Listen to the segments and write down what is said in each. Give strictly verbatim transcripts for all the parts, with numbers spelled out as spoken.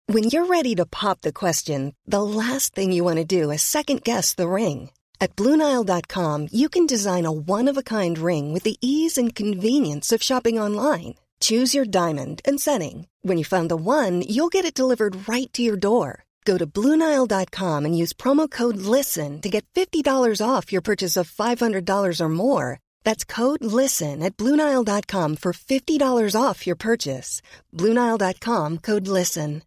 When you're ready to pop the question, the last thing you want to do is second-guess the ring. At Blue Nile dot com, you can design a one-of-a-kind ring with the ease and convenience of shopping online. Choose your diamond and setting. When you find the one, you'll get it delivered right to your door. Go to Blue Nile dot com and use promo code LISTEN to get fifty dollars off your purchase of five hundred dollars or more. That's code LISTEN at Blue Nile dot com for fifty dollars off your purchase. Blue Nile dot com, code LISTEN.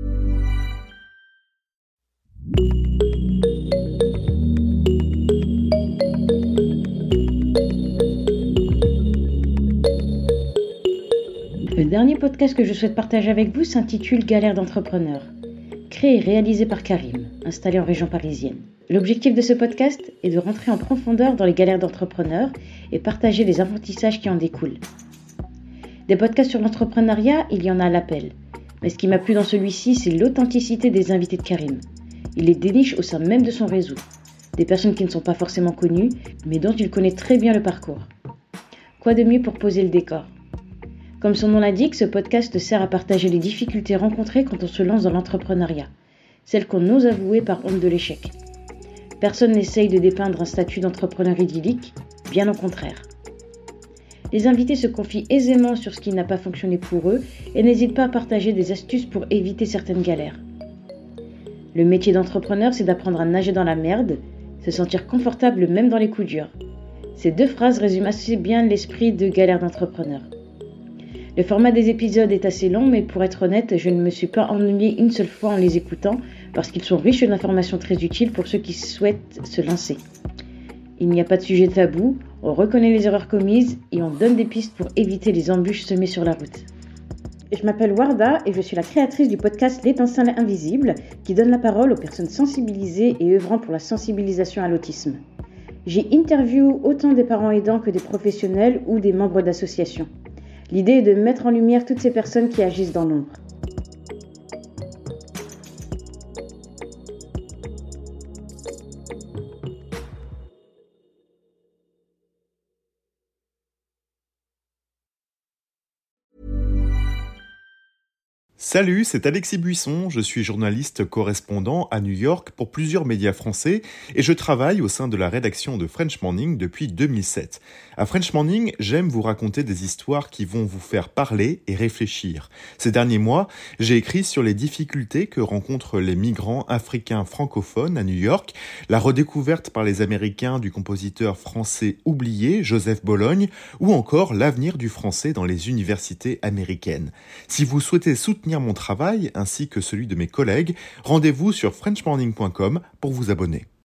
Le dernier podcast que je souhaite partager avec vous s'intitule Galère d'entrepreneur. Créé et réalisé par Karim, installé en région parisienne. L'objectif de ce podcast est de rentrer en profondeur dans les galères d'entrepreneurs et partager les apprentissages qui en découlent. Des podcasts sur l'entrepreneuriat, il y en a à l'appel. Mais ce qui m'a plu dans celui-ci, c'est l'authenticité des invités de Karim. Il les déniche au sein même de son réseau. Des personnes qui ne sont pas forcément connues, mais dont il connaît très bien le parcours. Quoi de mieux pour poser le décor ? Comme son nom l'indique, ce podcast sert à partager les difficultés rencontrées quand on se lance dans l'entrepreneuriat, celles qu'on ose avouer par honte de l'échec. Personne n'essaye de dépeindre un statut d'entrepreneur idyllique, bien au contraire. Les invités se confient aisément sur ce qui n'a pas fonctionné pour eux et n'hésitent pas à partager des astuces pour éviter certaines galères. Le métier d'entrepreneur, c'est d'apprendre à nager dans la merde, se sentir confortable même dans les coups durs. Ces deux phrases résument assez bien l'esprit de Galère d'entrepreneur. Le format des épisodes est assez long, mais pour être honnête, je ne me suis pas ennuyée une seule fois en les écoutant, parce qu'ils sont riches d'informations très utiles pour ceux qui souhaitent se lancer. Il n'y a pas de sujet tabou, on reconnaît les erreurs commises et on donne des pistes pour éviter les embûches semées sur la route. Je m'appelle Warda et je suis la créatrice du podcast L'étincelle invisible, qui donne la parole aux personnes sensibilisées et œuvrant pour la sensibilisation à l'autisme. J'ai interviewé autant des parents aidants que des professionnels ou des membres d'associations. L'idée est de mettre en lumière toutes ces personnes qui agissent dans l'ombre. Salut, c'est Alexis Buisson, je suis journaliste correspondant à New York pour plusieurs médias français et je travaille au sein de la rédaction de French Morning depuis deux mille sept. À French Morning, j'aime vous raconter des histoires qui vont vous faire parler et réfléchir. Ces derniers mois, j'ai écrit sur les difficultés que rencontrent les migrants africains francophones à New York, la redécouverte par les Américains du compositeur français oublié Joseph Bologne ou encore l'avenir du français dans les universités américaines. Si vous souhaitez soutenir mon travail ainsi que celui de mes collègues, rendez-vous sur french morning point com pour vous abonner.